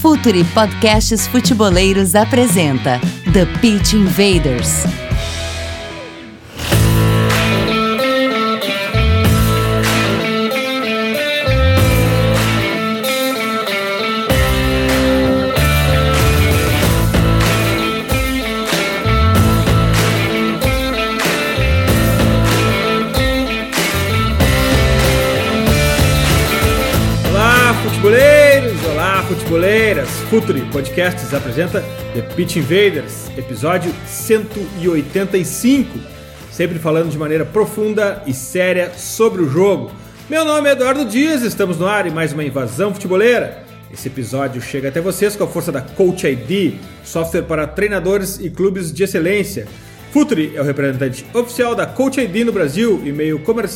Futuri Podcasts Futeboleiros apresenta The Pitch Invaders. Olá, futeboleiras! Futuri Podcasts apresenta The Pitch Invaders, episódio 185, sempre falando de maneira profunda e séria sobre o jogo. Meu nome é Eduardo Dias, estamos no ar em mais uma invasão futeboleira. Esse episódio chega até vocês com a força da Coach ID, software para treinadores e clubes de excelência. Futuri é o representante oficial da Coach ID no Brasil, e-mail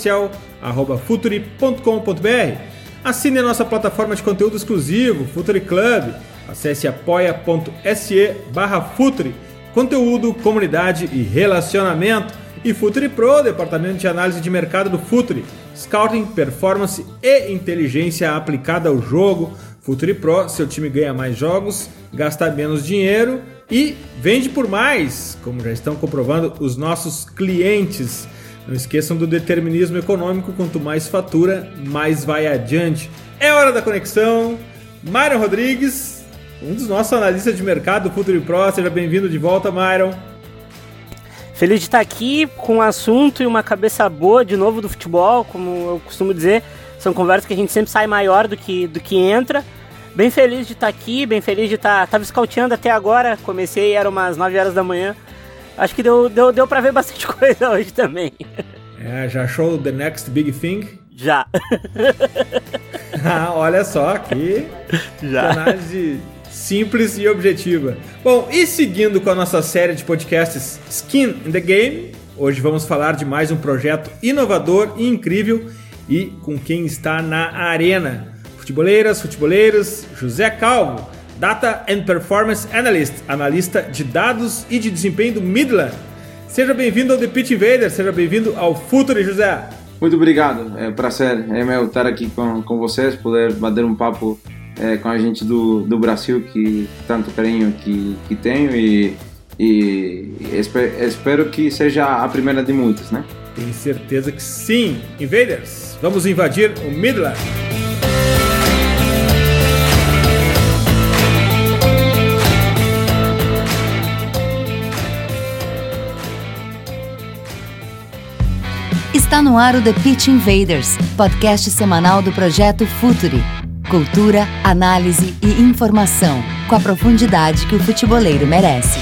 comercial@futuri.com.br. Assine a nossa plataforma de conteúdo exclusivo, Futuri Club. Acesse apoia.se/Futuri, conteúdo, comunidade e relacionamento. E Futuri Pro, departamento de análise de mercado do Futuri, scouting, performance e inteligência aplicada ao jogo. Futuri Pro, seu time ganha mais jogos, gasta menos dinheiro e vende por mais, como já estão comprovando os nossos clientes. Não esqueçam do determinismo econômico, quanto mais fatura, mais vai adiante. É hora da conexão. Myron Rodrigues, um dos nossos analistas de mercado do Futuri Pro, seja bem-vindo de volta, Myron. Feliz de estar aqui com um assunto e uma cabeça boa de novo do futebol, como eu costumo dizer. São conversas que a gente sempre sai maior do que entra. Bem feliz de estar aqui, bem feliz de estar... Estava scouteando até agora, comecei, era umas 9 horas da manhã. Acho que deu pra ver bastante coisa hoje também. Já achou The Next Big Thing? Já. Olha só, que análise simples e objetiva. Bom, e seguindo com a nossa série de podcasts Skin in the Game, hoje vamos falar de mais um projeto inovador e incrível e com quem está na arena. Futeboleiras, futeboleiros, José Calvo, Data and Performance Analyst, analista de dados e de desempenho do Midland. Seja bem-vindo ao The Pitch Invaders, seja bem-vindo ao Futuri, José. Muito obrigado, é um prazer, é meu estar aqui com vocês, poder bater um papo com a gente do Brasil, que tanto carinho que tenho e espero que seja a primeira de muitas, né? Tenho certeza que sim. Invaders, vamos invadir o Midland. Está no ar o The Pitch Invaders, podcast semanal do projeto Futuri. Cultura, análise e informação, com a profundidade que o futeboleiro merece.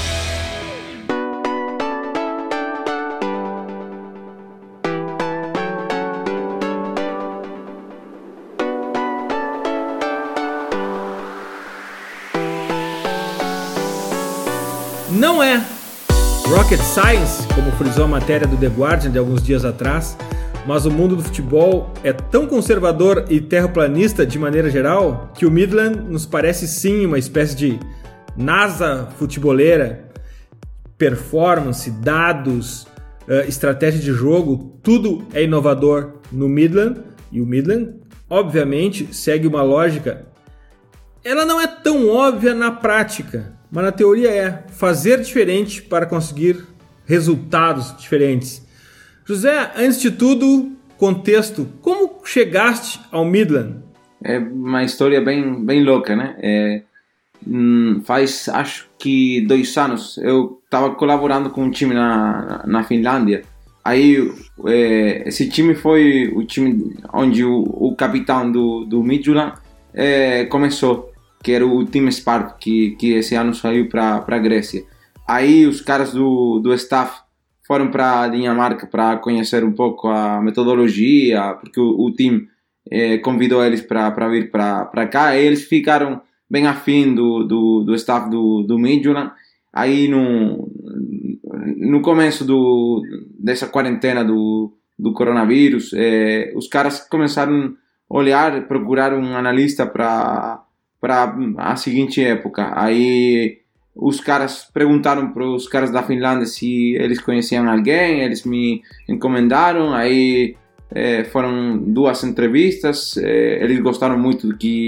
Não é rocket science, como frisou a matéria do The Guardian de alguns dias atrás, mas o mundo do futebol é tão conservador e terraplanista de maneira geral que o Midland nos parece sim uma espécie de NASA futeboleira. Performance, dados, estratégia de jogo, tudo é inovador no Midland, e o Midland obviamente segue uma lógica. Ela não é tão óbvia na prática, mas na teoria é fazer diferente para conseguir resultados diferentes. José, antes de tudo, contexto, como chegaste ao Midland? É uma história bem louca, né? Faz, acho que 2 anos, eu estava colaborando com um time na Finlândia. Aí, esse time foi o time onde o capitão do Midland começou, que era o Team Spark, que esse ano saiu para a Grécia. Aí os caras do staff foram para a Dinamarca para conhecer um pouco a metodologia, porque o time convidou eles para vir para cá, e eles ficaram bem afim do staff do Midland. Aí no começo dessa quarentena do coronavírus, os caras começaram a olhar, procurar um analista para a seguinte época. Aí os caras perguntaram para os caras da Finlândia se eles conheciam alguém, eles me encomendaram. Aí foram 2 entrevistas, eles gostaram muito do que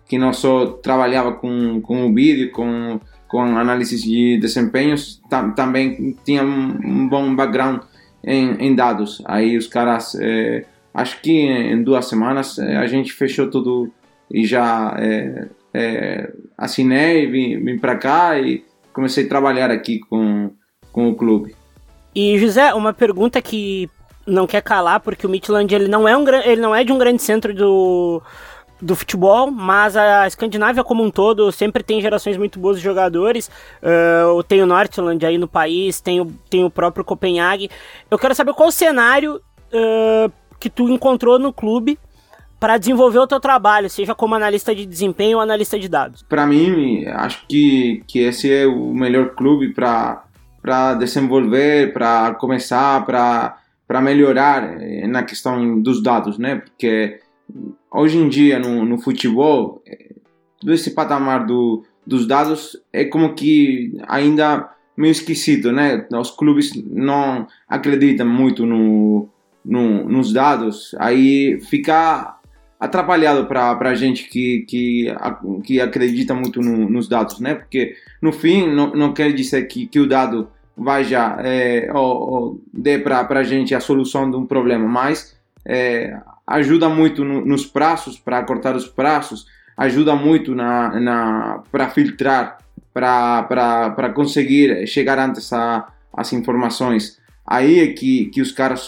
que não só trabalhava com o vídeo, com análise de desempenhos, também tinha um bom background em dados. Aí os caras, acho que em 2 semanas a gente fechou tudo e já assinei, vim para cá e comecei a trabalhar aqui com o clube. E José, uma pergunta que não quer calar, porque o Midtjylland ele não é de um grande centro do futebol, mas a Escandinávia como um todo sempre tem gerações muito boas de jogadores. Tem o Northland aí no país, tem o próprio Copenhague. Eu quero saber qual o cenário que tu encontrou no clube para desenvolver o teu trabalho, seja como analista de desempenho ou analista de dados. Para mim, acho que esse é o melhor clube para desenvolver, para começar, para melhorar na questão dos dados, né? Porque hoje em dia no futebol, todo esse patamar dos dados é como que ainda meio esquisito, né? Os clubes não acreditam muito nos dados, aí fica atrapalhado para a gente que acredita muito nos dados, né? Porque no fim não quer dizer que o dado vai já ou dê para a gente a solução de um problema, mas ajuda muito nos prazos, para cortar os prazos, ajuda muito para filtrar, para conseguir chegar antes às informações. Aí é que os caras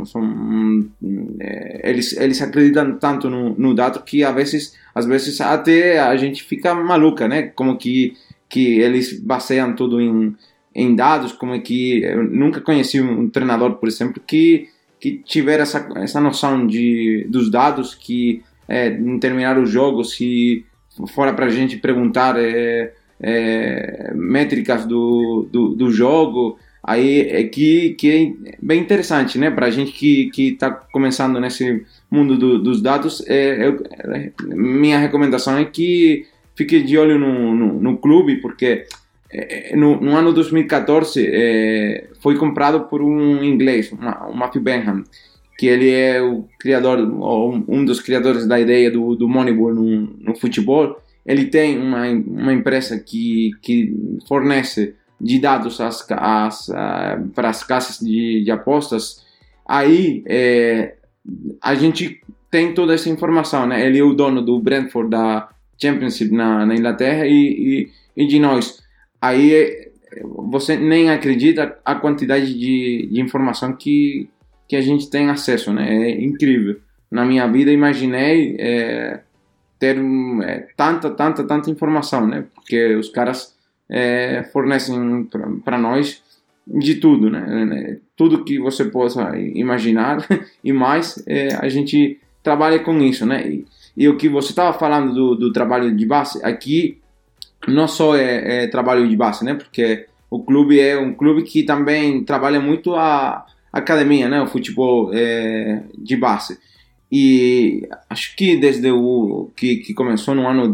eles acreditam tanto no dado que às vezes até a gente fica maluca, né? Como que eles baseiam tudo em dados, como é que eu nunca conheci um treinador, por exemplo, que tiver essa noção dos dados, que em terminar o jogo, se fora para a gente perguntar métricas do jogo, aí é que é bem interessante, né? Para a gente que está começando nesse mundo dos dados, minha recomendação é que fique de olho no clube, porque no ano 2014 foi comprado por um inglês, o Matthew Benham, que ele é o criador, ou um dos criadores da ideia do Moneyball no futebol. Ele tem uma empresa que fornece de dados para as casas de apostas. Aí a gente tem toda essa informação, né? Ele é o dono do Brentford, da Championship na Inglaterra, e de nós. Aí você nem acredita a quantidade de informação que a gente tem acesso, né? É incrível. Na minha vida imaginei ter tanta informação, né? Porque os caras fornecem para nós de tudo, né? Tudo que você possa imaginar e mais, a gente trabalha com isso, né? E o que você estava falando do trabalho de base, aqui não só é trabalho de base, né? Porque o clube é um clube que também trabalha muito a academia, né? O futebol de base. E acho que desde que começou no ano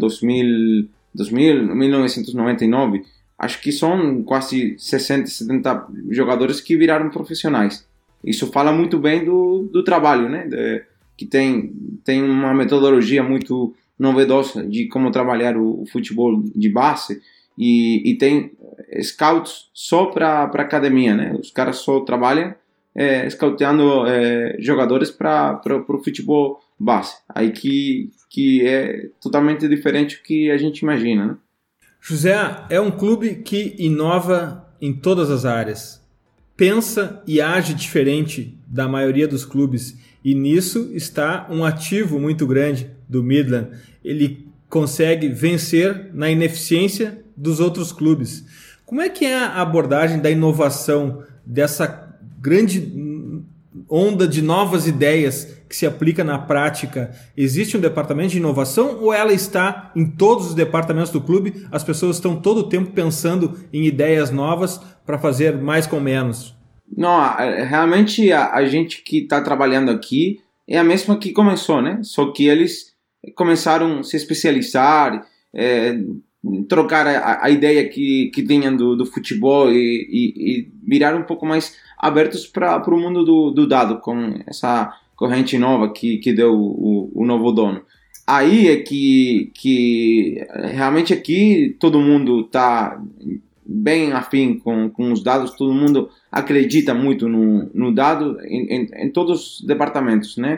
1999, acho que são quase 60, 70 jogadores que viraram profissionais. Isso fala muito bem do trabalho, né? Que tem uma metodologia muito novedosa de como trabalhar o futebol de base, e tem scouts só para academia, né? Os caras só trabalham scouteando jogadores para o futebol base. Aí que é totalmente diferente do que a gente imagina, né? José, é um clube que inova em todas as áreas, pensa e age diferente da maioria dos clubes, e nisso está um ativo muito grande do Midtjylland. Ele consegue vencer na ineficiência dos outros clubes. Como é que é a abordagem da inovação, dessa grande onda de novas ideias que se aplica na prática? Existe um departamento de inovação ou ela está em todos os departamentos do clube? As pessoas estão todo o tempo pensando em ideias novas para fazer mais com menos? Não, realmente a gente que está trabalhando aqui é a mesma que começou, né? Só que eles começaram a se especializar, trocar a ideia que tinham do futebol e virar um pouco mais abertos para o mundo do dado, com essa corrente nova que deu o novo dono. aí é que realmente aqui todo mundo está bem afim com os dados, todo mundo acredita muito no dado em todos os departamentos, né?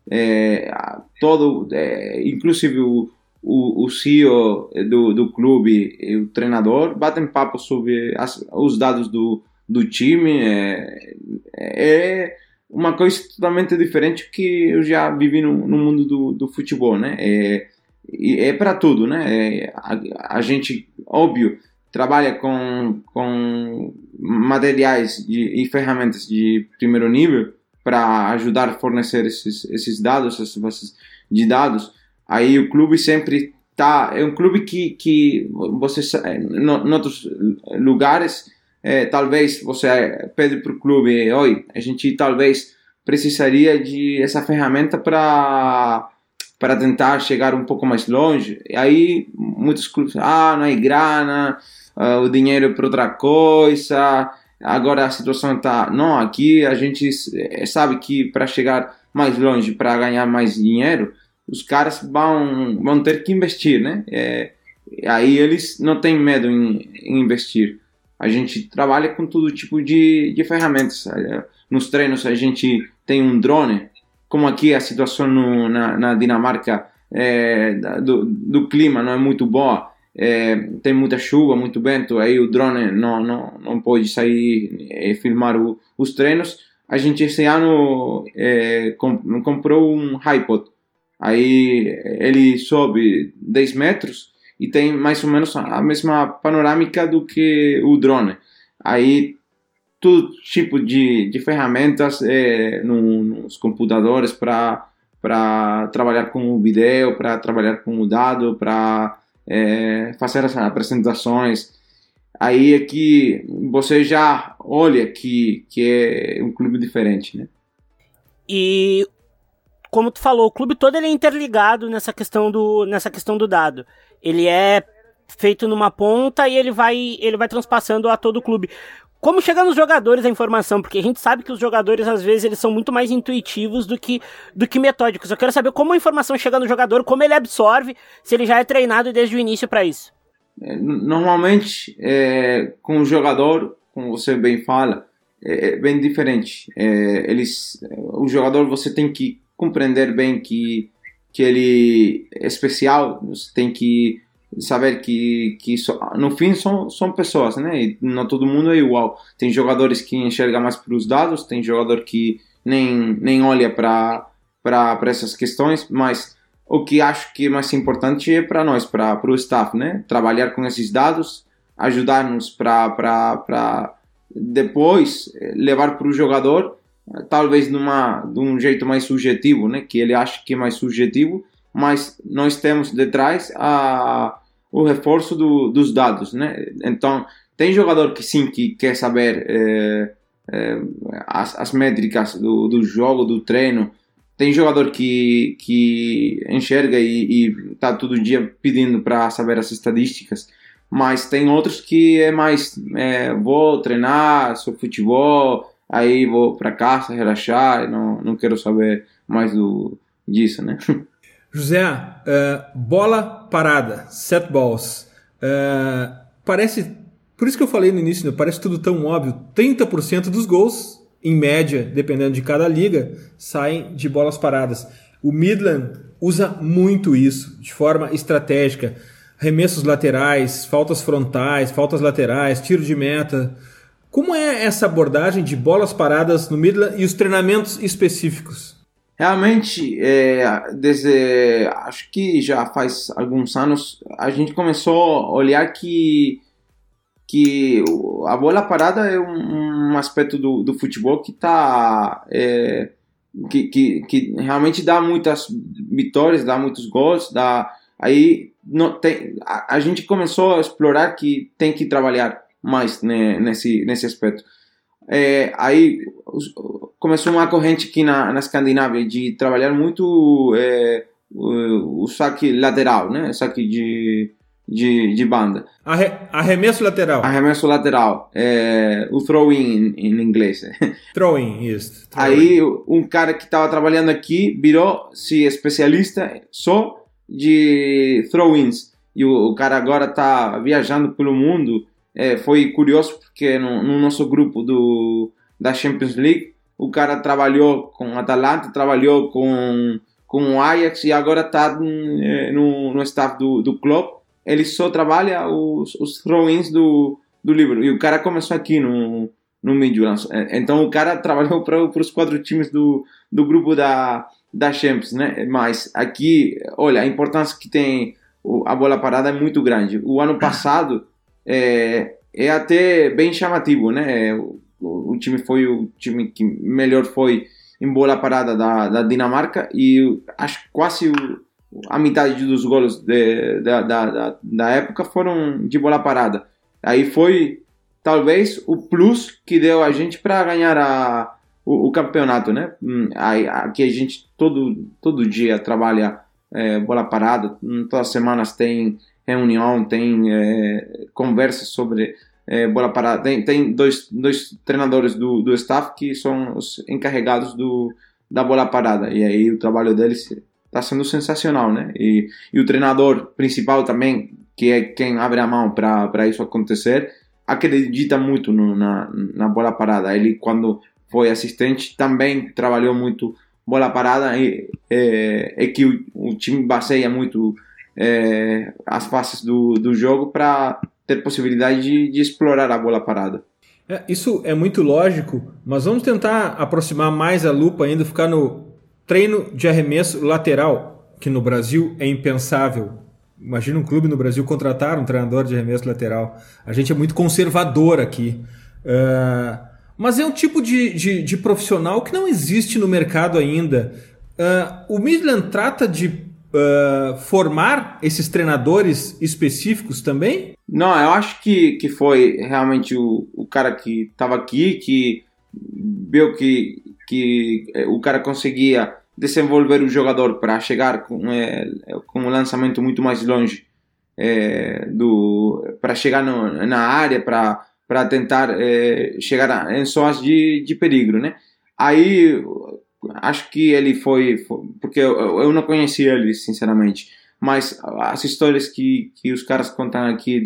Inclusive o CEO do clube e o treinador batem papo sobre os dados do time. É uma coisa totalmente diferente que eu já vivi no mundo do futebol, né? É para tudo, né? A gente, óbvio, trabalha com materiais e ferramentas de primeiro nível para ajudar a fornecer esses dados, essas bases de dados. Aí o clube sempre é um clube que você, em outros lugares, talvez você pede para o clube, oi, a gente talvez precisaria de essa ferramenta para tentar chegar um pouco mais longe. E aí muitos clubes, não é grana, o dinheiro é para outra coisa, agora a situação está... Não, aqui a gente sabe que para chegar mais longe, para ganhar mais dinheiro, os caras vão ter que investir, né? Aí eles não têm medo em investir. A gente trabalha com todo tipo de ferramentas. Nos treinos a gente tem um drone, como aqui a situação na Dinamarca do clima não é muito boa, tem muita chuva, muito vento, aí o drone não pode sair e filmar os treinos. A gente esse ano comprou um iPod, aí ele sobe 10 metros e tem mais ou menos a mesma panorâmica do que o drone. Aí todo tipo de ferramentas nos computadores para trabalhar com o vídeo, para trabalhar com o dado, para fazer as apresentações. Aí é que você já olha que é um clube diferente, né? E como tu falou, o clube todo ele é interligado nessa questão do dado. Ele é feito numa ponta e ele vai transpassando a todo o clube. Como chega nos jogadores a informação? Porque a gente sabe que os jogadores, às vezes, eles são muito mais intuitivos do que metódicos. Eu quero saber como a informação chega no jogador, como ele absorve, se ele já é treinado desde o início para isso. Normalmente, com o jogador, como você bem fala, é bem diferente. O jogador, você tem que compreender bem que ele é especial, você tem que saber que no fim são pessoas, né? E não todo mundo é igual. Tem jogadores que enxergam mais para os dados, tem jogador que nem olha para essas questões, mas o que acho que é mais importante é para nós, para o staff, né? Trabalhar com esses dados, ajudar-nos para depois levar para o jogador, talvez de um jeito mais subjetivo, né? Que ele acha que é mais subjetivo, mas nós temos detrás o reforço dos dados, né? Então, tem jogador que sim, que quer saber as métricas do jogo, do treino. Tem jogador que enxerga e está todo dia pedindo para saber as estatísticas. Mas tem outros que é mais, vou treinar, sou futebol, aí vou para casa relaxar, não quero saber mais disso, né? José, bola parada, set balls, parece, por isso que eu falei no início, né, parece tudo tão óbvio, 30% dos gols, em média, dependendo de cada liga, saem de bolas paradas. O Midland usa muito isso, de forma estratégica, arremessos laterais, faltas frontais, faltas laterais, tiro de meta. Como é essa abordagem de bolas paradas no Midland e os treinamentos específicos? Realmente, acho que já faz alguns anos, a gente começou a olhar que a bola parada é um aspecto do futebol que que realmente dá muitas vitórias, dá muitos gols, aí não tem, a gente começou a explorar que tem que trabalhar mais, né, nesse aspecto. Aí começou uma corrente aqui na Escandinávia de trabalhar muito o saque lateral, né? Saque de banda. Arremesso lateral. Arremesso lateral. O throw-in em inglês. Throw-in, isso. Aí um cara que estava trabalhando aqui virou-se especialista só de throw-ins. E o cara agora tá viajando pelo mundo. Foi curioso porque no nosso grupo da Champions League, o cara trabalhou com o Atalanta, trabalhou com o Ajax e agora está no staff do clube. Ele só trabalha os throw-ins do livro. E o cara começou aqui no Midlands. Então o cara trabalhou para os 4 times do grupo da Champions, né? Mas aqui, olha, a importância que tem a bola parada é muito grande. O ano passado é até bem chamativo, né? O time foi o time que melhor foi em bola parada da Dinamarca e acho que quase a metade dos gols da época foram de bola parada. Aí foi talvez o plus que deu a gente para ganhar o campeonato, né? Aqui a gente todo dia trabalha bola parada, todas as semanas tem reunião, tem conversa sobre bola parada. Tem dois treinadores do staff que são os encarregados da bola parada, e aí o trabalho deles está sendo sensacional, né? E o treinador principal também, que é quem abre a mão para isso acontecer, acredita muito na bola parada. Ele, quando foi assistente, também trabalhou muito bola parada, e que o time baseia muito as faces do jogo para ter possibilidade de explorar a bola parada. Isso é muito lógico, mas vamos tentar aproximar mais a lupa ainda, ficar no treino de arremesso lateral, que no Brasil é impensável. Imagina um clube no Brasil contratar um treinador de arremesso lateral. A gente é muito conservador aqui. Mas é um tipo de profissional que não existe no mercado ainda. O Midland trata de formar esses treinadores específicos também? Não, eu acho que foi realmente o cara que estava aqui, que viu que o cara conseguia desenvolver o jogador para chegar com um lançamento muito mais longe, para chegar na área, para tentar chegar em zonas de perigo, né? Aí acho que ele foi porque eu não conhecia ele, sinceramente, mas as histórias que os caras contam aqui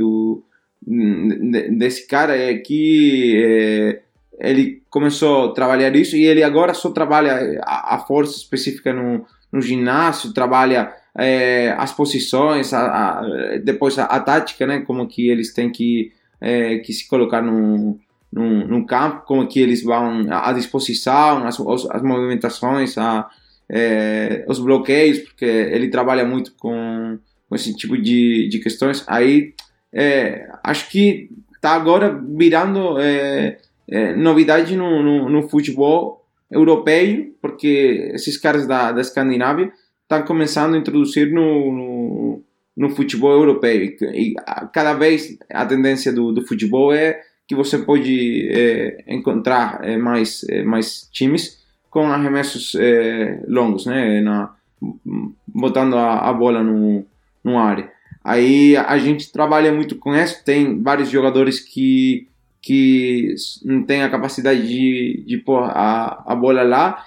desse cara é que ele começou a trabalhar isso e ele agora só trabalha a força específica no ginásio, trabalha as posições, depois a tática, né, como que eles têm que se colocar no campo, como que eles vão, a disposição, as movimentações, os bloqueios, porque ele trabalha muito com esse tipo de questões. Aí acho que está agora virando novidade no futebol europeu, porque esses caras da Escandinávia estão começando a introduzir no futebol europeu, e cada vez a tendência do futebol é que você pode encontrar mais times com arremessos longos, né, botando a bola no área. Aí a gente trabalha muito com isso, tem vários jogadores que não têm a capacidade de pôr a bola lá,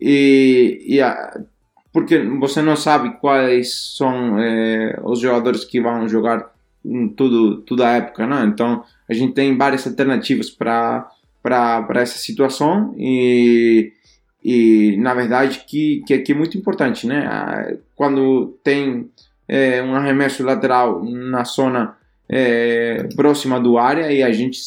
porque você não sabe quais são os jogadores que vão jogar toda a época, né? Então a gente tem várias alternativas para essa situação, e na verdade que é muito importante, né? Quando tem um arremesso lateral na zona próxima do área, e a gente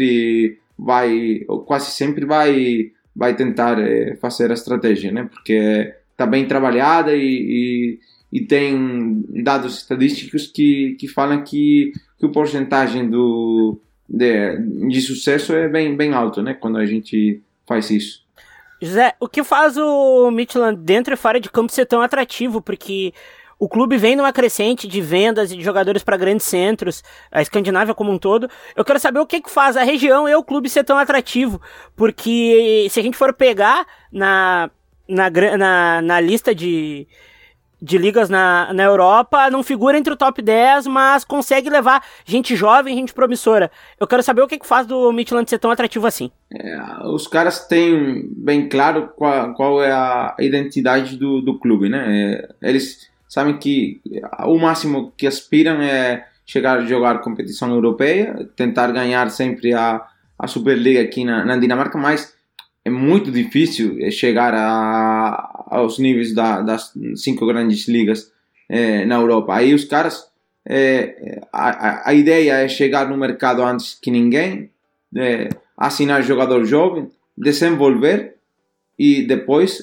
quase sempre vai tentar fazer a estratégia, né? Porque está bem trabalhada e tem dados estatísticos que falam que o porcentagem de sucesso é bem alto, né, quando a gente faz isso. José, o que faz o Midland dentro e fora de campo ser tão atrativo? Porque o clube vem numa crescente de vendas e de jogadores para grandes centros, a Escandinávia como um todo. Eu quero saber o que faz a região e o clube ser tão atrativo, porque se a gente for pegar na lista de ligas na Europa, não figura entre o top 10, mas consegue levar gente jovem, gente promissora. Eu quero saber o que faz do Midland ser tão atrativo assim. Os caras têm bem claro qual é a identidade do clube, né? Eles sabem que o máximo que aspiram é chegar a jogar competição europeia, tentar ganhar sempre a Superliga aqui na Dinamarca, mas é muito difícil chegar aos níveis das 5 grandes ligas na Europa. Aí os caras, a ideia é chegar no mercado antes que ninguém, assinar jogador jovem, desenvolver e depois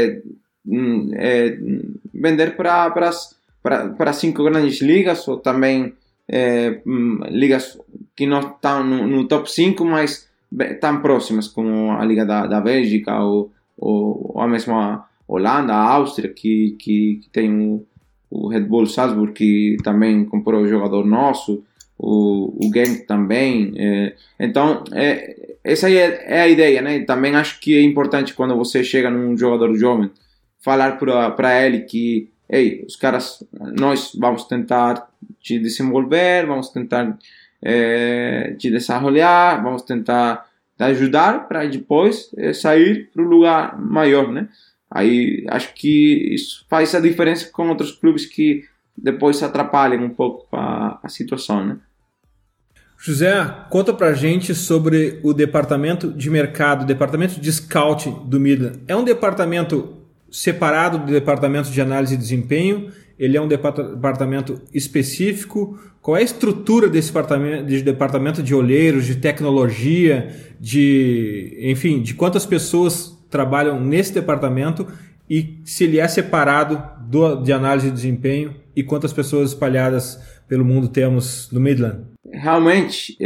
vender para as 5 grandes ligas, ou também ligas que não estão no top 5, mas tão próximas, como a Liga da Bélgica ou a mesma Holanda, a Áustria, que tem o Red Bull Salzburg, que também comprou o jogador nosso, o Genk também. Então, essa aí é a ideia, né? Também acho que é importante, quando você chega num jogador jovem, falar para ele que, ei, os caras, nós vamos tentar te desenvolver, vamos tentar te desenvolver, vamos tentar te ajudar para depois sair para o lugar maior, né? Aí acho que isso faz a diferença com outros clubes que depois atrapalham um pouco a situação, né? José, conta pra gente sobre o departamento de mercado, o departamento de scout do Midland. É um departamento separado do departamento de análise de desempenho? Ele é um departamento específico? Qual é a estrutura desse departamento de olheiros, de tecnologia, enfim, de quantas pessoas trabalham nesse departamento, e se ele é separado de análise de desempenho, e quantas pessoas espalhadas pelo mundo temos no Midland? Realmente,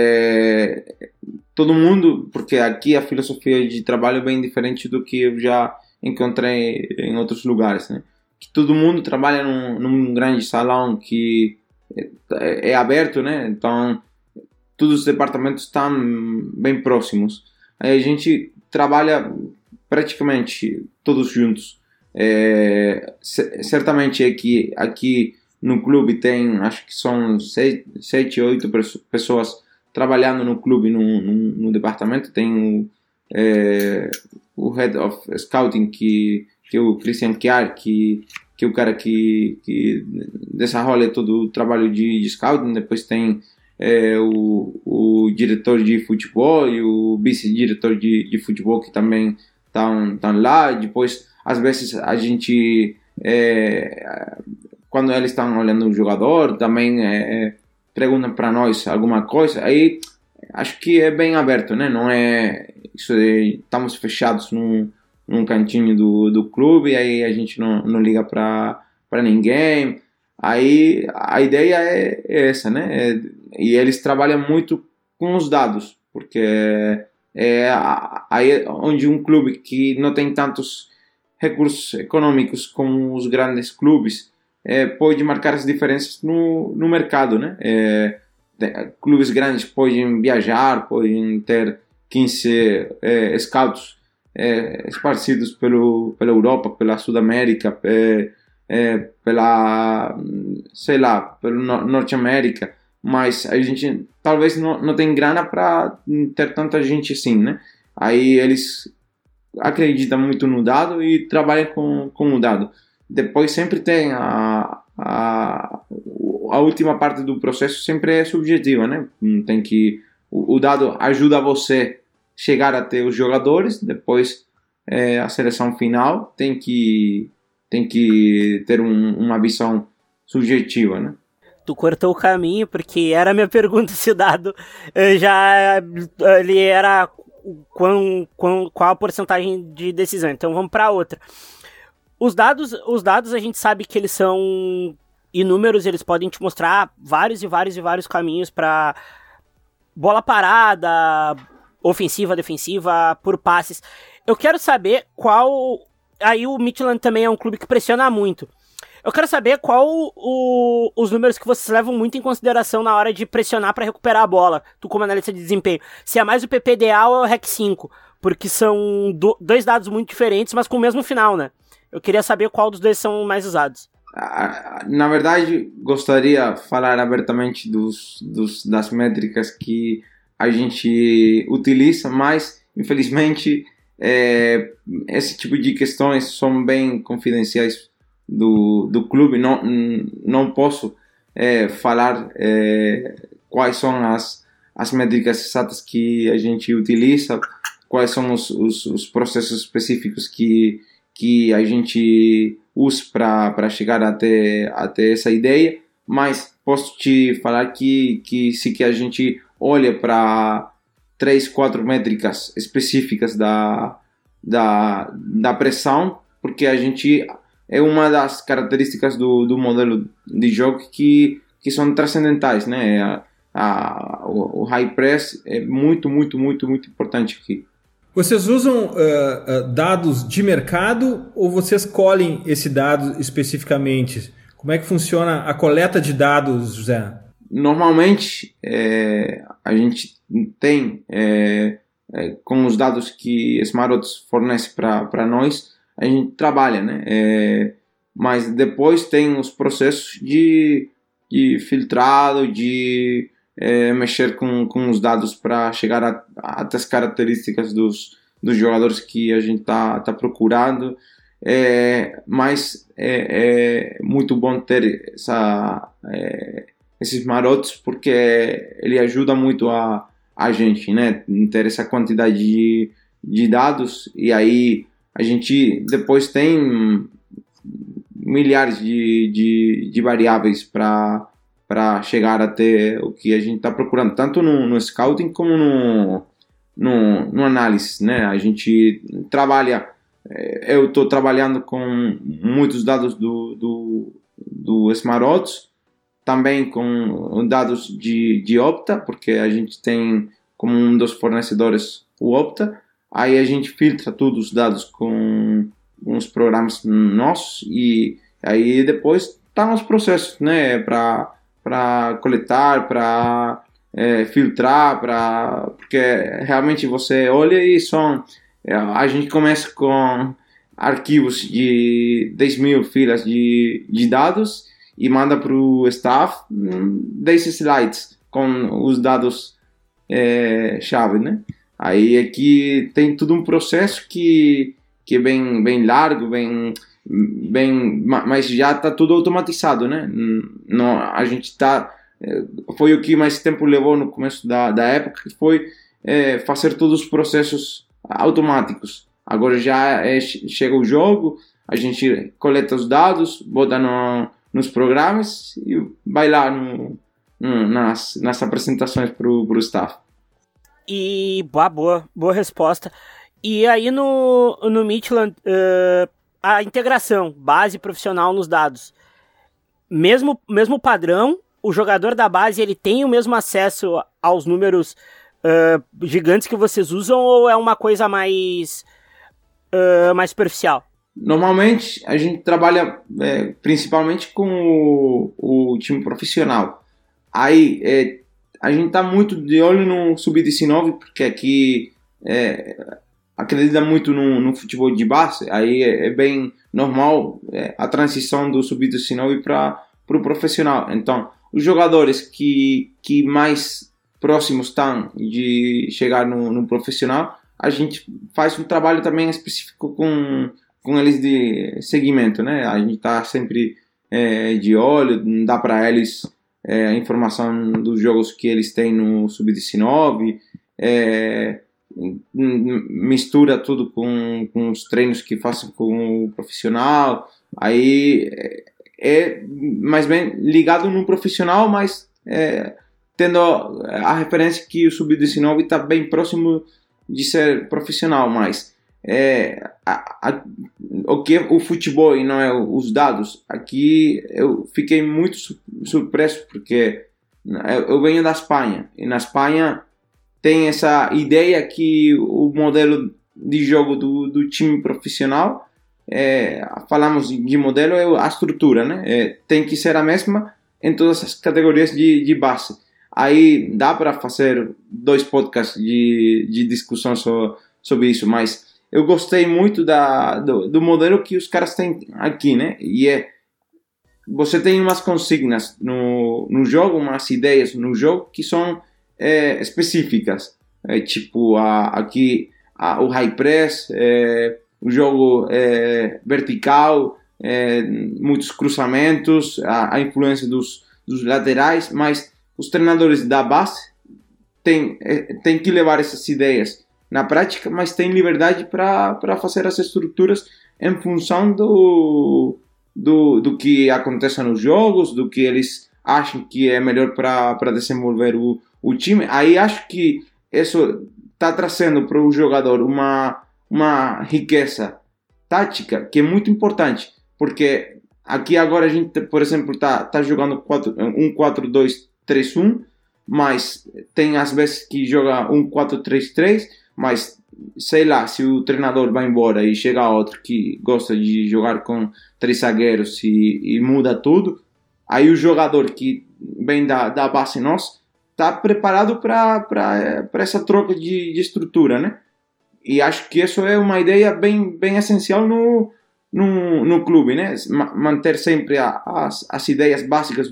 todo mundo, porque aqui a filosofia de trabalho é bem diferente do que eu já encontrei em outros lugares, né? Que todo mundo trabalha num grande salão que é aberto, né? Então todos os departamentos estão bem próximos. Aí a gente trabalha praticamente todos juntos. Certamente aqui no clube tem, acho que são 7, 8 pessoas trabalhando no clube, no departamento. Tem o Head of Scouting, que é o Christian Kjær, que é o cara que desenvolve todo o trabalho de scouting. Depois tem o diretor de futebol e o vice-diretor de futebol, que também estão lá. Depois, às vezes, a gente, quando eles estão olhando o jogador, também perguntam para nós alguma coisa. Aí acho que é bem aberto, né? Não é isso estamos fechados num cantinho do clube, aí a gente não liga para ninguém. Aí a ideia é essa, né? E eles trabalham muito com os dados, porque aí onde um clube que não tem tantos recursos econômicos como os grandes clubes pode marcar as diferenças no mercado, né? Clubes grandes podem viajar, podem ter 15 scouts esparcidos pela Europa, pela Sudamérica, pela Norte América, mas a gente talvez não tem grana para ter tanta gente assim, né? Aí eles acreditam muito no dado e trabalham com o dado. Depois sempre tem a última parte do processo, sempre é subjetiva, né? Tem que o dado ajuda você chegar até os jogadores. Depois a seleção final tem que ter uma visão subjetiva, né? Tu cortou o caminho, porque era a minha pergunta se o dado ele era qual a porcentagem de decisão. Então vamos para outra. Os dados a gente sabe que eles são inúmeros, eles podem te mostrar vários e vários e vários caminhos para bola parada, ofensiva, defensiva, por passes. Eu quero saber qual... Aí o Midland também é um clube que pressiona muito. Eu quero saber qual os números que vocês levam muito em consideração na hora de pressionar para recuperar a bola, tu como analista de desempenho. Se é mais o PPDA ou o REC 5, porque são dois dados muito diferentes, mas com o mesmo final, né? Eu queria saber qual dos dois são mais usados. Na verdade, gostaria de falar abertamente das métricas que a gente utiliza, mas infelizmente esse tipo de questões são bem confidenciais do clube, não posso falar quais são as métricas exatas que a gente utiliza, quais são os processos específicos que a gente usa para chegar até essa ideia, mas posso te falar que se que a gente olha para 3-4 métricas específicas da pressão, porque a gente é uma das características do modelo de jogo que são transcendentais, né? O high press é muito importante aqui. Vocês usam dados de mercado ou vocês colhem esse dado especificamente? Como é que funciona a coleta de dados, José? Normalmente, a gente tem, com os dados que Smartodds fornece para nós, a gente trabalha, né? Mas depois tem os processos de filtrado, de mexer com os dados para chegar até as características dos jogadores que a gente tá procurando. Mas é muito bom ter esses Smartodds, porque ele ajuda muito a gente, né? Ter essa quantidade de dados, e aí a gente depois tem milhares de variáveis para chegar até o que a gente está procurando, tanto no scouting como no análise, né? A gente trabalha, eu estou trabalhando com muitos dados do Smartodds, também com dados de Opta, porque a gente tem como um dos fornecedores o Opta, aí a gente filtra todos os dados com uns programas nossos, e aí depois estão os processos, né, para coletar, para filtrar, porque realmente você olha e a gente começa com arquivos de 10.000 filas de dados e manda para o staff 10 slides com os dados chave, né? Aí aqui tem tudo um processo que é bem largo, mas já está tudo automatizado, né? A gente foi o que mais tempo levou no começo da época, que foi fazer todos os processos automáticos. Agora já chega o jogo, a gente coleta os dados, bota nos programas e vai lá nas apresentações para o staff. E boa resposta. E aí no Midland, a integração, base profissional nos dados. Mesmo padrão, o jogador da base ele tem o mesmo acesso aos números gigantes que vocês usam, ou é uma coisa mais superficial? Normalmente a gente trabalha principalmente com o time profissional. Aí a gente está muito de olho no Sub-19, porque aqui acredita muito no futebol de base. Aí é bem normal a transição do Sub-19 para o profissional. Então, os jogadores que mais próximos estão de chegar no profissional, a gente faz um trabalho também específico com eles de segmento, né? A gente está sempre de olho, dá para eles a informação dos jogos que eles têm no Sub-19, mistura tudo com os treinos que façam com o profissional. Aí mais bem ligado no profissional, mas tendo a referência que o Sub-19 está bem próximo de ser profissional, mas o que é o futebol e não é os dados, aqui eu fiquei muito surpreso, porque eu venho da Espanha, e na Espanha tem essa ideia que o modelo de jogo do time profissional, falamos de modelo, é a estrutura, né? Tem que ser a mesma em todas as categorias de base. Aí dá para fazer 2 podcasts de discussão sobre isso, mas eu gostei muito do modelo que os caras têm aqui, né? E você tem umas consignas no jogo, umas ideias no jogo que são específicas. Tipo, aqui o high press, o jogo vertical, muitos cruzamentos, a influência dos laterais, mas os treinadores da base têm que levar essas ideias na prática, mas têm liberdade para fazer as estruturas em função do que acontece nos jogos, do que eles acham que é melhor para desenvolver o time. Aí acho que isso está trazendo para o jogador uma riqueza tática que é muito importante, porque aqui agora a gente, por exemplo, tá jogando um 4-2-3-1, mas tem às vezes que joga um 4-3-3, mas sei lá, se o treinador vai embora e chega outro que gosta de jogar com 3 zagueiros e muda tudo, aí o jogador que vem da base nossa está preparado para essa troca de estrutura, né? E acho que isso é uma ideia bem essencial no clube, né? Manter sempre as ideias básicas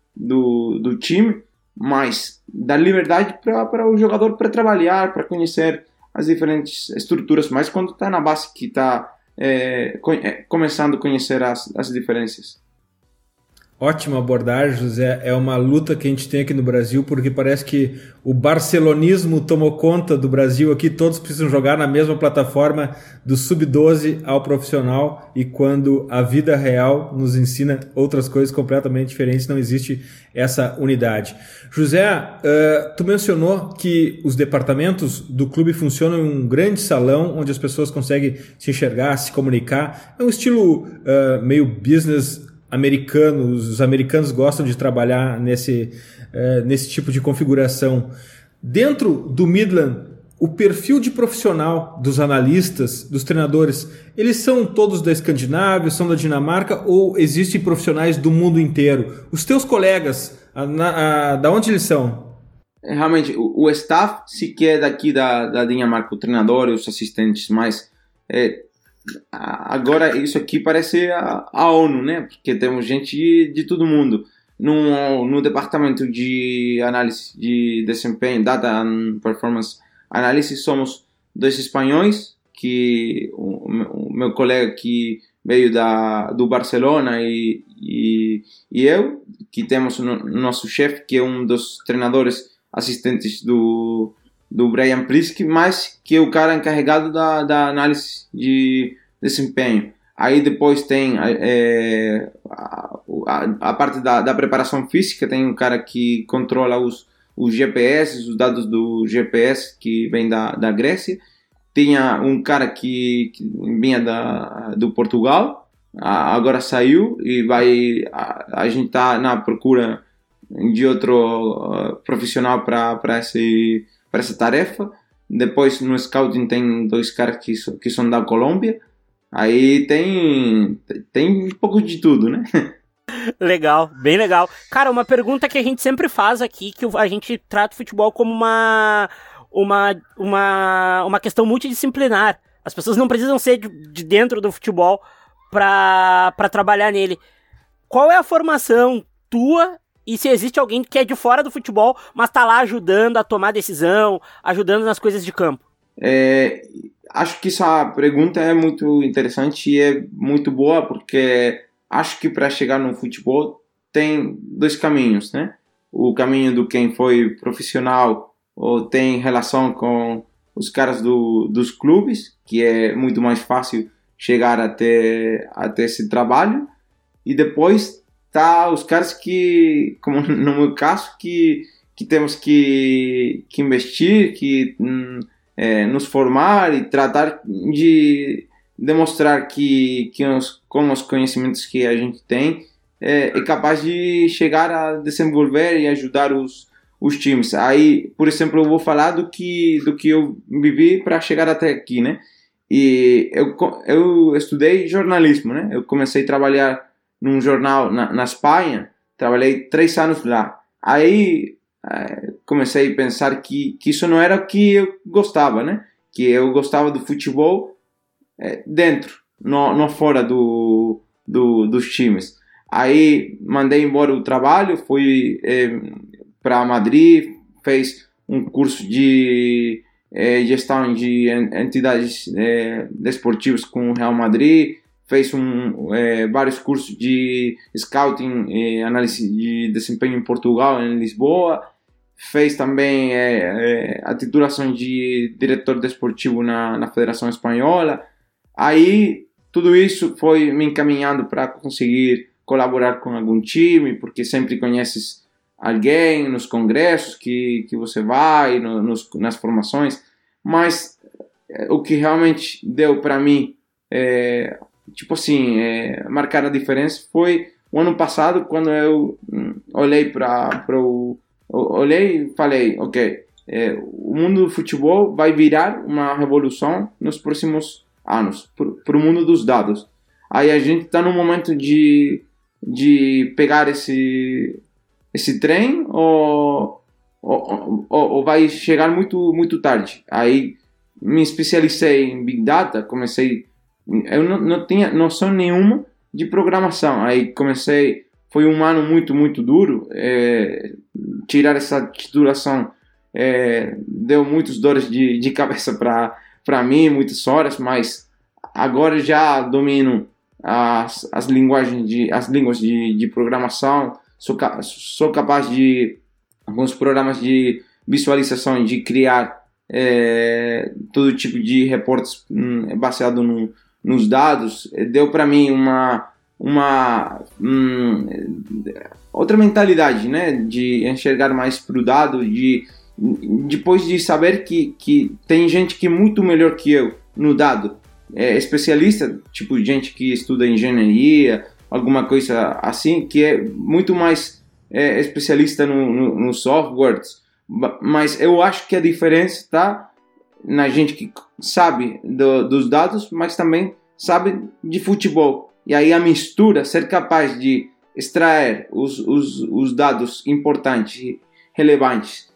do time, mas dar liberdade para o jogador para trabalhar, para conhecer as diferentes estruturas, mas quando está na base que está começando a conhecer as diferenças. Ótima abordagem, José. É uma luta que a gente tem aqui no Brasil, porque parece que o barcelonismo tomou conta do Brasil aqui. Todos precisam jogar na mesma plataforma, do sub-12 ao profissional, e quando a vida real nos ensina outras coisas completamente diferentes, não existe essa unidade. José, tu mencionou que os departamentos do clube funcionam em um grande salão, onde as pessoas conseguem se enxergar, se comunicar. É um estilo meio business americano. Os americanos gostam de trabalhar nesse tipo de configuração. Dentro do Midland, o perfil de profissional dos analistas, dos treinadores, eles são todos da Escandinávia, são da Dinamarca, ou existem profissionais do mundo inteiro? Os teus colegas, da onde eles são? Realmente, o staff se que é daqui da Dinamarca, o treinador e os assistentes, mas agora isso aqui parece a ONU, né? Porque temos gente de todo mundo. No departamento de análise de desempenho, Data and Performance Analysis, somos 2 espanhóis, que o meu colega que veio do Barcelona e eu, que temos nosso chefe, que é um dos treinadores assistentes do Brian Prisky, mas que é o cara encarregado da análise de desempenho. Aí depois tem a parte da preparação física, tem um cara que controla os GPS, os dados do GPS que vem da Grécia. Tinha um cara que vinha do Portugal, agora saiu e a gente está na procura de outro profissional para essa tarefa. Depois no scouting tem 2 caras que são da Colômbia. Aí tem um pouco de tudo, né? Legal, bem legal. Cara, uma pergunta que a gente sempre faz aqui, que a gente trata o futebol como uma questão multidisciplinar. As pessoas não precisam ser de dentro do futebol para trabalhar nele. Qual é a formação tua, e se existe alguém que é de fora do futebol, mas tá lá ajudando a tomar decisão, ajudando nas coisas de campo? Acho que essa pergunta é muito interessante e é muito boa, porque acho que para chegar no futebol tem 2 caminhos, né? O caminho do quem foi profissional ou tem relação com os caras dos clubes, que é muito mais fácil chegar até esse trabalho. E depois tá os caras que, como no meu caso, que temos que investir, que nos formar e tratar de demonstrar que com os conhecimentos que a gente tem é capaz de chegar a desenvolver e ajudar os times. Aí, por exemplo, eu vou falar do que eu vivi para chegar até aqui, né? E eu estudei jornalismo, né? Eu comecei a trabalhar num jornal na Espanha, trabalhei 3 anos lá. Aí comecei a pensar que isso não era o que eu gostava, né? Que eu gostava do futebol dentro, não fora dos times. Aí mandei embora o trabalho, fui para Madrid, fez um curso de gestão de entidades desportivas com o Real Madrid, fez vários cursos de scouting e análise de desempenho em Portugal, em Lisboa. Fez também a titulação de diretor desportivo na Federação Espanhola. Aí tudo isso foi me encaminhando para conseguir colaborar com algum time, porque sempre conheces alguém nos congressos que você vai, nas formações. Mas o que realmente deu para mim, marcar a diferença foi o ano passado, quando eu olhei olhei e falei, ok, o mundo do futebol vai virar uma revolução nos próximos anos, para o mundo dos dados. Aí a gente está no momento de pegar esse trem ou vai chegar muito, muito tarde. Aí me especializei em Big Data, eu não tinha noção nenhuma de programação. Aí foi um ano muito, muito duro. Tirar essa titulação deu muitas dores de cabeça para mim, muitas horas, mas agora já domino as línguas de programação. Sou capaz de, alguns programas de visualização, de criar todo tipo de reportes baseado nos dados. Deu para mim uma outra mentalidade, né, de enxergar mais para o dado, depois de saber que tem gente que é muito melhor que eu no dado, especialista, tipo gente que estuda engenharia, alguma coisa assim, que é muito mais especialista no softwares. Mas eu acho que a diferença está na gente que sabe dos dados, mas também sabe de futebol. E aí a mistura, ser capaz de extrair os dados importantes, relevantes,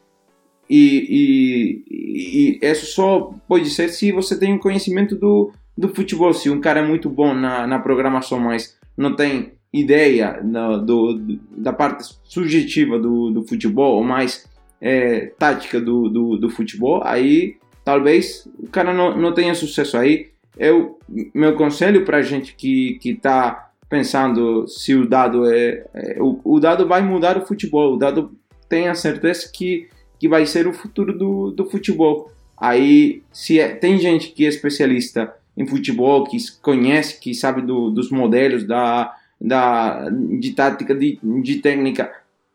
e isso só pode ser se você tem um conhecimento do futebol. Se um cara é muito bom na programação, mas não tem ideia da parte subjetiva do futebol, ou mais tática do futebol, aí talvez o cara não tenha sucesso. Aí meu conselho para a gente que está pensando se o dado o dado vai mudar o futebol, o dado tem a certeza que vai ser o futuro do futebol. Aí tem gente que é especialista em futebol, que conhece, que sabe dos modelos, de tática, de técnica,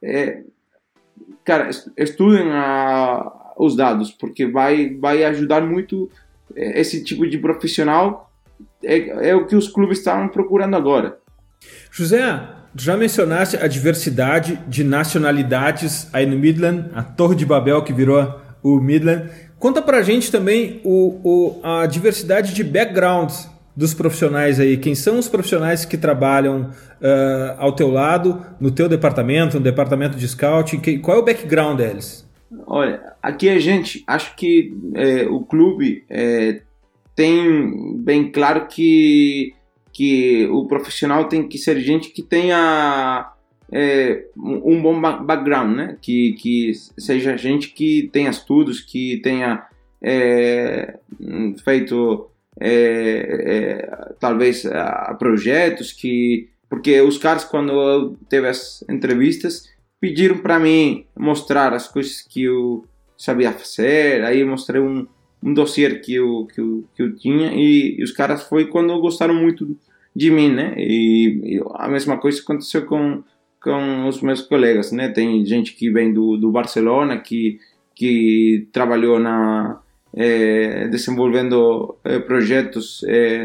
cara, estudem os dados, porque vai ajudar muito. Esse tipo de profissional é o que os clubes estão procurando agora. José, já mencionaste a diversidade de nacionalidades aí no Midland, a Torre de Babel que virou o Midland. Conta pra gente também a diversidade de backgrounds dos profissionais aí. Quem são os profissionais que trabalham ao teu lado, no teu departamento, no departamento de scouting? Qual é o background deles? Olha, aqui acho que o clube tem bem claro que o profissional tem que ser gente que tenha um bom background, né? Que seja gente que tenha estudos, que tenha feito talvez projetos, porque os caras, quando eu teve as entrevistas, pediram para mim mostrar as coisas que eu sabia fazer. Aí eu mostrei um dossiê que eu tinha, e os caras foi quando gostaram muito de mim, né? E a mesma coisa aconteceu com os meus colegas, né? Tem gente que vem do Barcelona, que trabalhou desenvolvendo projetos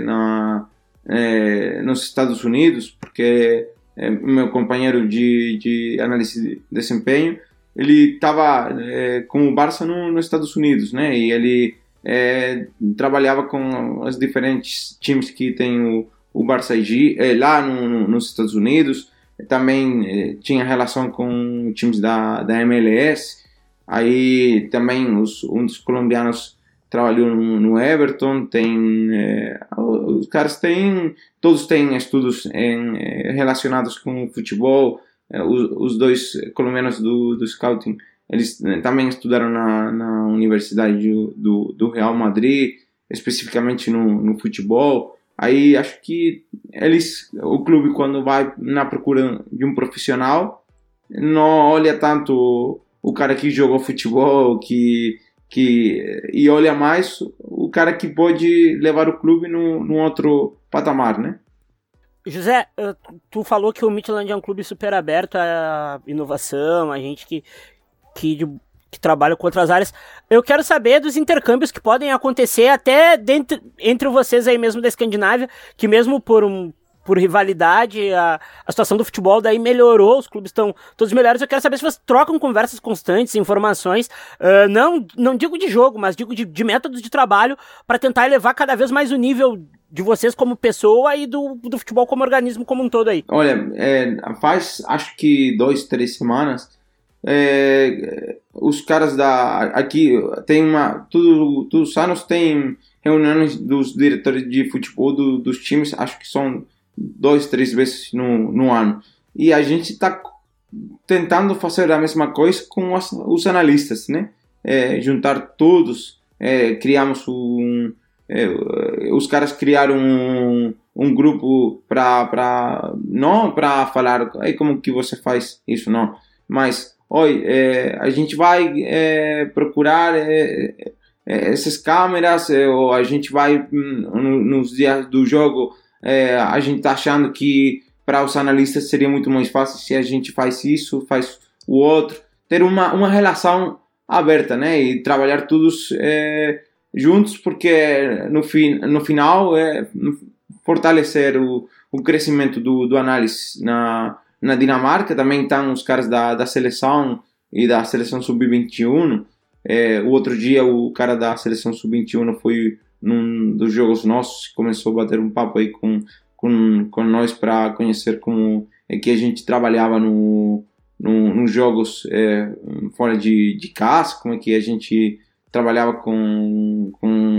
nos Estados Unidos, porque meu companheiro de análise de desempenho, ele estava com o Barça nos Estados Unidos, né? E ele trabalhava com os diferentes times que tem o Barça IG lá nos Estados Unidos. Também tinha relação com times da MLS. Aí também um dos colombianos trabalhou no Everton. Os caras todos têm estudos relacionados com o futebol. Os dois colombianos do scouting, eles também estudaram na Universidade do Real Madrid, especificamente no futebol. Aí acho que o clube, quando vai na procura de um profissional, não olha tanto o cara que jogou futebol, e olha mais o cara que pode levar o clube num outro patamar, né? José, tu falou que o Midtjylland é um clube super aberto à inovação, a gente que trabalha com outras áreas. Eu quero saber dos intercâmbios que podem acontecer até entre vocês aí mesmo da Escandinávia, que mesmo por rivalidade, a situação do futebol daí melhorou, os clubes estão todos melhores. Eu quero saber se vocês trocam conversas constantes, informações, não digo de jogo, mas digo de métodos de trabalho, para tentar elevar cada vez mais o nível de vocês como pessoa e do futebol como organismo como um todo aí. Olha, faz acho que 2-3 semanas, os caras aqui tem todos os anos tem reuniões dos diretores de futebol dos times, acho que são 2-3 vezes no ano, e a gente está tentando fazer a mesma coisa com os analistas, né? Juntar todos, criamos os caras criaram um grupo não para falar como que você faz isso, não, mas a gente vai procurar essas câmeras, ou a gente vai nos dias do jogo, a gente está achando que para os analistas seria muito mais fácil se a gente faz isso, faz o outro, ter uma relação aberta, né, e trabalhar todos juntos, porque no final fortalecer o crescimento do análise na Dinamarca. Também estão os caras da seleção e da seleção sub-21. O outro dia o cara da seleção sub-21 foi num dos jogos nossos, começou a bater um papo aí com nós para conhecer como é que a gente trabalhava nos jogos fora de casa, como é que a gente trabalhava com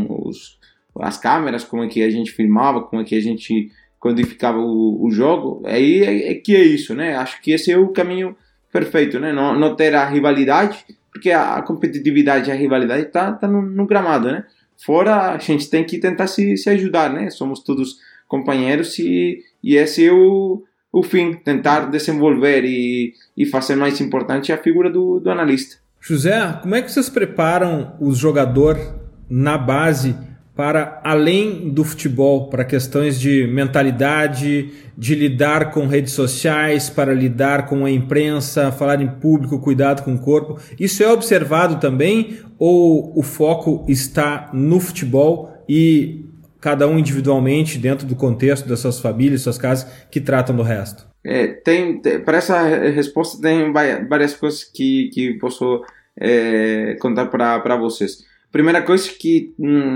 as câmeras, como é que a gente filmava, como é que a gente codificava o jogo. Aí é isso, né? Acho que esse é o caminho perfeito, né? Não ter a rivalidade, porque a competitividade e a rivalidade tá no gramado, né? Fora, a gente tem que tentar se ajudar, né? Somos todos companheiros e esse é o fim, tentar desenvolver e fazer mais importante a figura do analista. José, como é que vocês preparam os jogadores na base para além do futebol, para questões de mentalidade, de lidar com redes sociais, para lidar com a imprensa, falar em público, cuidado com o corpo? Isso é observado também ou o foco está no futebol e cada um individualmente, dentro do contexto das suas famílias, suas casas, que tratam do resto? Para essa resposta tem várias coisas que posso contar para vocês. Primeira coisa que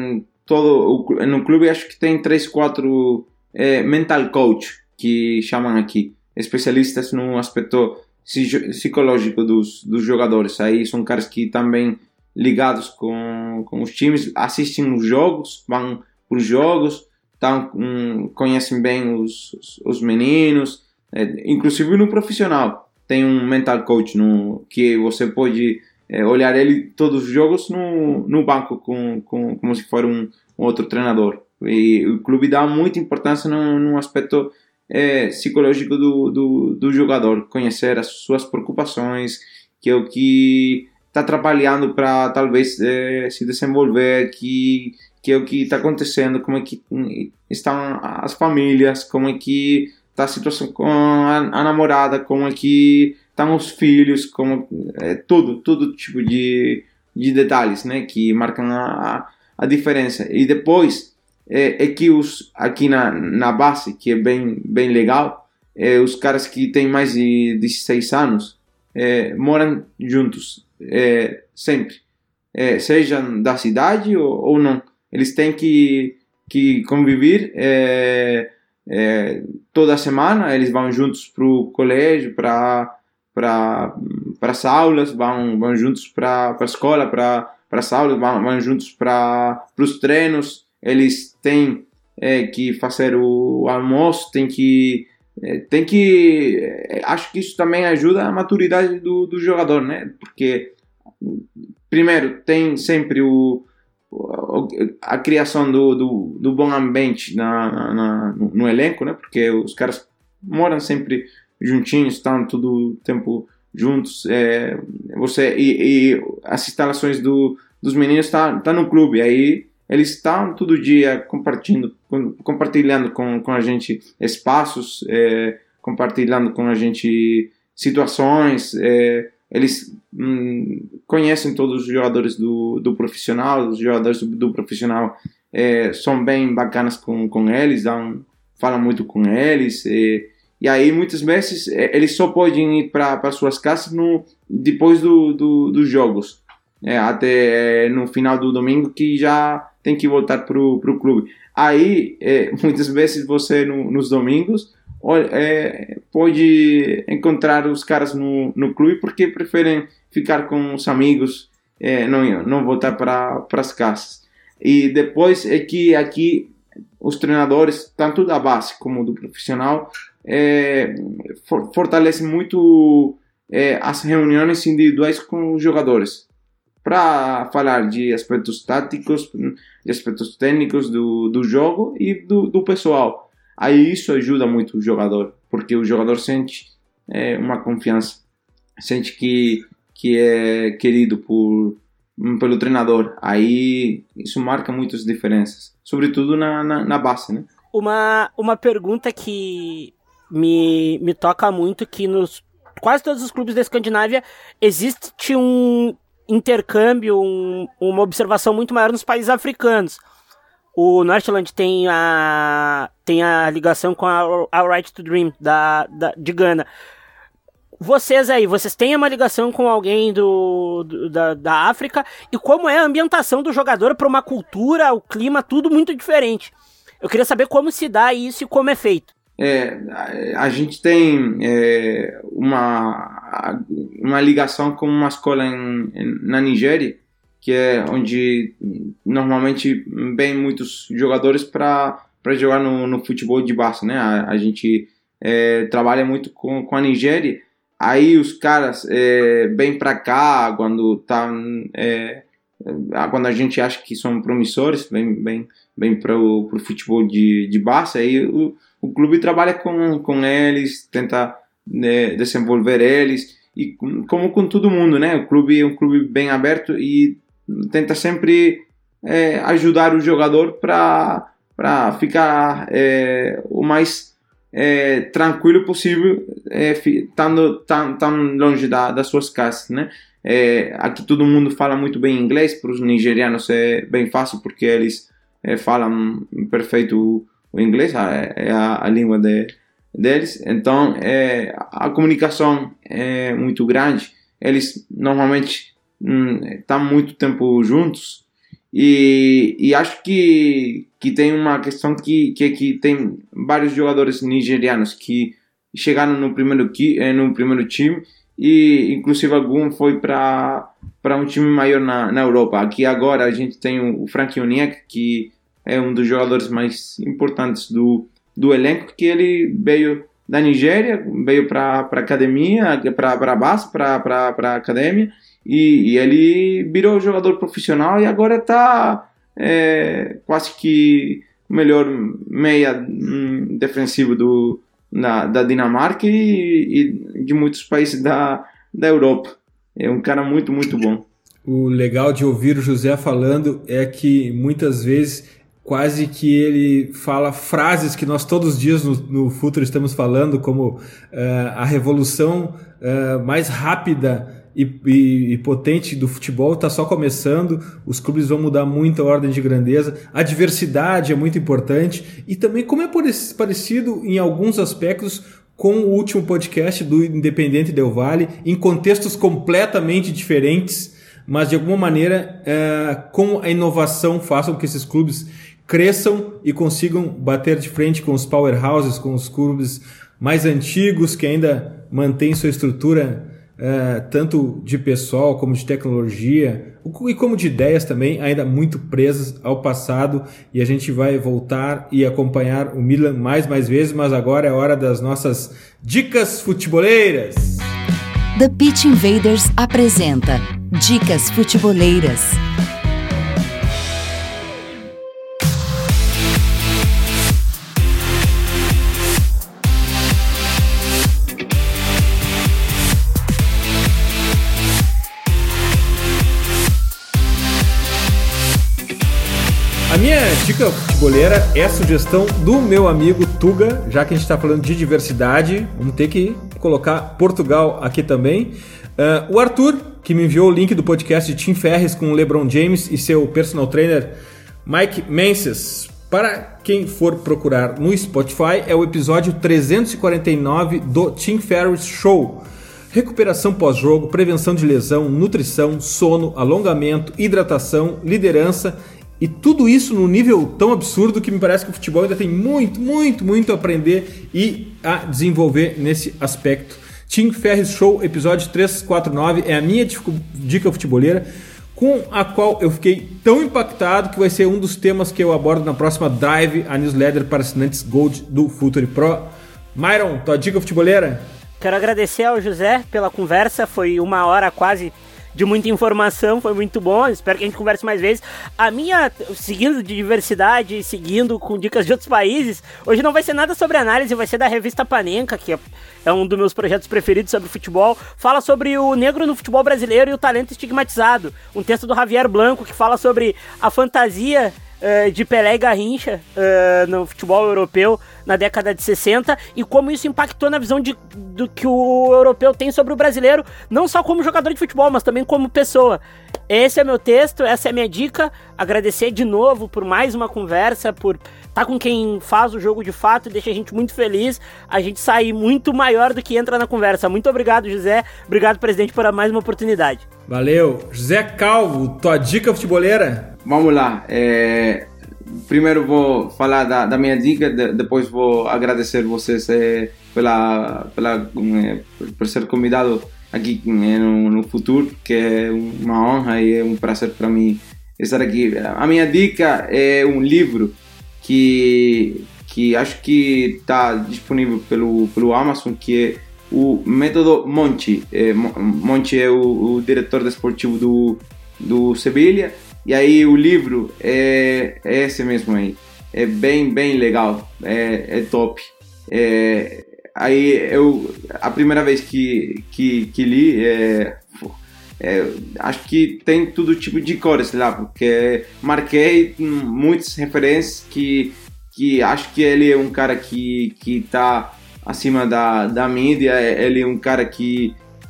no clube acho que tem 3-4 mental coach, que chamam aqui, especialistas no aspecto psicológico dos jogadores. Aí são caras que também ligados com os times, assistem os jogos, vão para os jogos, conhecem bem os meninos, inclusive no profissional tem um mental coach que você pode olhar ele todos os jogos no banco como se for um outro treinador. E o clube dá muita importância no aspecto psicológico do jogador, conhecer as suas preocupações, que é o que está atrapalhando para talvez se desenvolver, que é o que está acontecendo, como é que estão as famílias, como é que está a situação com a namorada, como é que estão os filhos, como todo tipo de detalhes, né, que marcam a diferença. E depois que aqui na base, que é bem legal, os caras que têm mais de 16 anos moram juntos, sempre, sejam da cidade ou não. Eles têm que conviver toda semana. Eles vão juntos para o colégio, para as aulas, vão juntos para a escola, para as aulas, vão juntos para os treinos. Eles têm que fazer o almoço, acho que isso também ajuda a maturidade do jogador, né? Porque primeiro tem sempre a criação do bom ambiente no elenco, né? Porque os caras moram sempre juntinhos, estão todo o tempo juntos. E as instalações dos meninos tá no clube, aí eles estão todo dia compartilhando com a gente espaços, compartilhando com a gente situações. Eles conhecem todos os jogadores do profissional. Os jogadores do profissional são bem bacanas com eles, falam muito com eles, e aí muitas vezes eles só podem ir para suas casas depois dos jogos, até no final do domingo, que já tem que voltar pro clube. Aí muitas vezes você nos domingos pode encontrar os caras no clube, porque preferem ficar com os amigos, não voltar para as casas. E depois é que aqui os treinadores, tanto da base como do profissional, fortalecem muito as reuniões individuais com os jogadores, para falar de aspectos táticos, de aspectos técnicos do jogo e do pessoal. Aí isso ajuda muito o jogador, porque o jogador sente uma confiança, sente que é querido pelo treinador. Aí isso marca muitas diferenças, sobretudo na base, né? Uma pergunta que me toca muito, que nos quase todos os clubes da Escandinávia existe um intercâmbio, uma observação muito maior nos países africanos. O Northland tem a ligação com a Right to Dream de Gana. Vocês têm uma ligação com alguém da África, e como é a ambientação do jogador para uma cultura, o clima, tudo muito diferente. Eu queria saber como se dá isso e como é feito. A gente tem uma ligação com uma escola na Nigéria, que é onde normalmente vem muitos jogadores para jogar no futebol de base, né? A gente trabalha muito com a Nigéria. Aí os caras vêm para cá quando a gente acha que são promissores, vem para o futebol de base. Aí o clube trabalha com eles, tenta desenvolver eles, e como com todo mundo, né? O clube é um clube bem aberto e tenta sempre ajudar o jogador para ficar o mais tranquilo possível, estando tão longe das suas casas, né? Aqui todo mundo fala muito bem inglês. Para os nigerianos é bem fácil, porque eles falam perfeito o inglês, é a língua deles. Então a comunicação é muito grande. Eles normalmente estão muito tempo juntos, e acho que tem uma questão que tem vários jogadores nigerianos que chegaram no primeiro time, e inclusive algum foi para um time maior na Europa. Aqui agora a gente tem o Frank Onyeka, que é um dos jogadores mais importantes do elenco, que ele veio da Nigéria, veio para a academia, para a base, para a academia, e ele virou jogador profissional, e agora está quase que o melhor meia defensivo da Dinamarca e de muitos países da Europa. É um cara muito, muito bom. O legal de ouvir o José falando é que muitas vezes quase que ele fala frases que nós todos os dias no Futuro estamos falando, como a revolução mais rápida e potente do futebol está só começando, os clubes vão mudar muito a ordem de grandeza, a diversidade é muito importante, e também como é parecido em alguns aspectos com o último podcast do Independiente Del Valle, em contextos completamente diferentes, mas de alguma maneira com a inovação façam com que esses clubes cresçam e consigam bater de frente com os powerhouses, com os clubes mais antigos que ainda mantêm sua estrutura tanto de pessoal como de tecnologia e como de ideias também, ainda muito presas ao passado, e a gente vai voltar e acompanhar o Milan mais vezes, mas agora é hora das nossas dicas futeboleiras. The Pitch Invaders apresenta Dicas Futeboleiras. A minha dica futeboleira é a sugestão do meu amigo Tuga, já que a gente está falando de diversidade, vamos ter que colocar Portugal aqui também. O Arthur, que me enviou o link do podcast de Tim Ferriss com o LeBron James e seu personal trainer Mike Menses. Para quem for procurar no Spotify, é o episódio 349 do Tim Ferriss Show. Recuperação pós-jogo, prevenção de lesão, nutrição, sono, alongamento, hidratação, liderança e tudo isso num nível tão absurdo que me parece que o futebol ainda tem muito a aprender e a desenvolver nesse aspecto. Tim Ferriss Show, episódio 349, é a minha dica futeboleira, com a qual eu fiquei tão impactado que vai ser um dos temas que eu abordo na próxima Drive, a newsletter para assinantes Gold do Futuri Pro. Myron, tua dica futeboleira? Quero agradecer ao José pela conversa, foi 1 hora quase de muita informação, foi muito bom, espero que a gente converse mais vezes. A minha, seguindo de diversidade, seguindo com dicas de outros países, hoje não vai ser nada sobre análise, vai ser da revista Panenka, que é um dos meus projetos preferidos sobre futebol, fala sobre o negro no futebol brasileiro e o talento estigmatizado, um texto do Javier Blanco que fala sobre a fantasia de Pelé e Garrincha no futebol europeu na década de 60 e como isso impactou na visão do que o europeu tem sobre o brasileiro, não só como jogador de futebol, mas também como pessoa. Esse é meu texto, essa é a minha dica. Agradecer de novo por mais uma conversa, por estar com quem faz o jogo de fato, deixa a gente muito feliz, a gente sair muito maior do que entra na conversa. Muito obrigado, José, obrigado, presidente, por mais uma oportunidade. Valeu. José Calvo, tua dica futeboleira? Vamos lá. Primeiro vou falar da minha dica, depois vou agradecer vocês por ser convidado aqui no Futuro, que é uma honra e é um prazer para mim estar aqui. A minha dica é um livro que acho que está disponível pelo Amazon, que é o Método Monchi. Monchi é o diretor desportivo do Sevilha. E aí o livro é esse mesmo aí, é bem legal, é top. Aí a primeira vez que li, acho que tem todo tipo de cores lá, porque marquei muitas referências que acho que ele é um cara que tá acima da mídia, ele é um cara que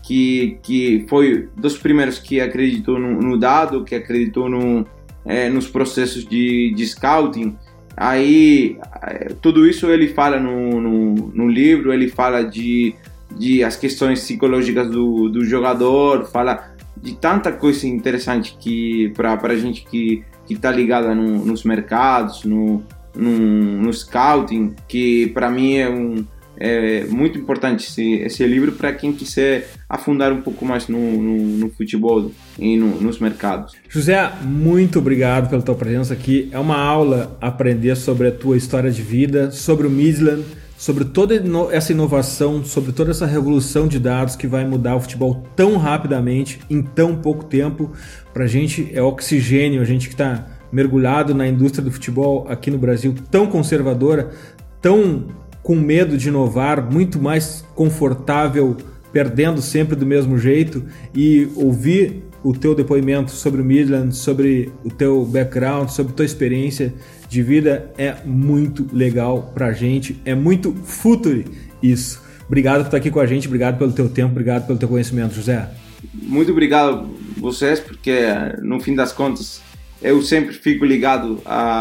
foi dos primeiros que acreditou no dado, que acreditou nos processos de scouting. Aí tudo isso ele fala no livro, ele fala de as questões psicológicas do jogador, fala de tanta coisa interessante que pra gente que tá ligada nos mercados, no scouting, que para mim é muito importante esse livro para quem quiser afundar um pouco mais no futebol e nos mercados. José, muito obrigado pela tua presença aqui. É uma aula aprender sobre a tua história de vida, sobre o Midland, sobre toda essa inovação, sobre toda essa revolução de dados que vai mudar o futebol tão rapidamente, em tão pouco tempo. Pra gente é oxigênio, a gente que está mergulhado na indústria do futebol aqui no Brasil, tão conservadora, tão com medo de inovar, muito mais confortável, perdendo sempre do mesmo jeito, e ouvir o teu depoimento sobre o Midland, sobre o teu background, sobre a tua experiência de vida é muito legal pra gente, é muito Futuri isso. Obrigado por estar aqui com a gente, obrigado pelo teu tempo, obrigado pelo teu conhecimento, José. Muito obrigado a vocês, porque no fim das contas eu sempre fico ligado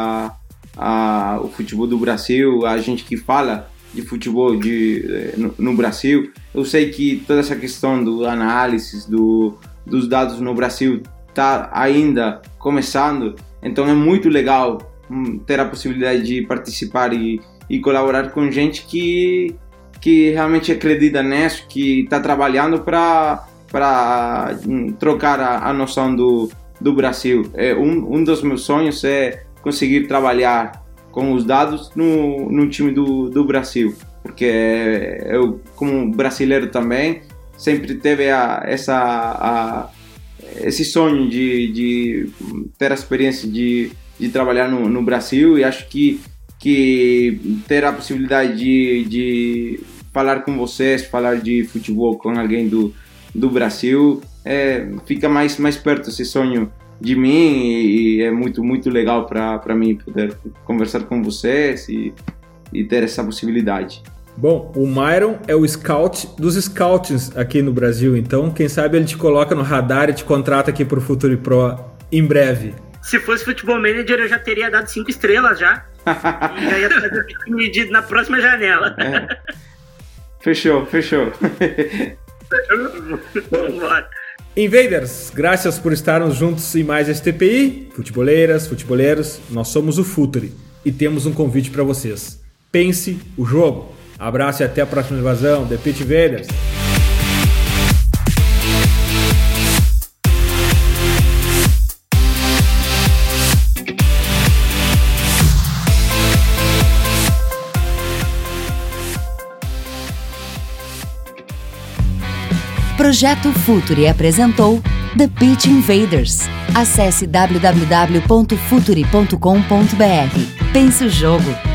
ao futebol do Brasil, a gente que fala de futebol no Brasil. Eu sei que toda essa questão do análise dos dados no Brasil está ainda começando, então é muito legal ter a possibilidade de participar e colaborar com gente que realmente acredita nisso, que está trabalhando para trocar a noção do Brasil. Um dos meus sonhos é conseguir trabalhar com os dados no time do Brasil, porque eu, como brasileiro também, sempre teve esse sonho de ter a experiência de trabalhar no Brasil, e acho que ter a possibilidade de falar com vocês, falar de futebol com alguém do Brasil, fica mais perto esse sonho de mim e é muito, muito legal para mim poder conversar com vocês e ter essa possibilidade. Bom, o Myron é o scout dos scoutings aqui no Brasil, então quem sabe ele te coloca no radar e te contrata aqui pro Futuri Pro em breve. Se fosse Futebol Manager, eu já teria dado 5 estrelas já. E já ia fazer o time na próxima janela. Fechou. Vambora. Invaders, graças por estarmos juntos em mais esse TPI. Futeboleiras, futeboleiros, nós somos o Futuri e temos um convite para vocês. Pense o jogo. Abraço e até a próxima invasão. The Pitch Invaders. Projeto Futuri apresentou The Pitch Invaders. Acesse www.futuri.com.br. Pense o jogo.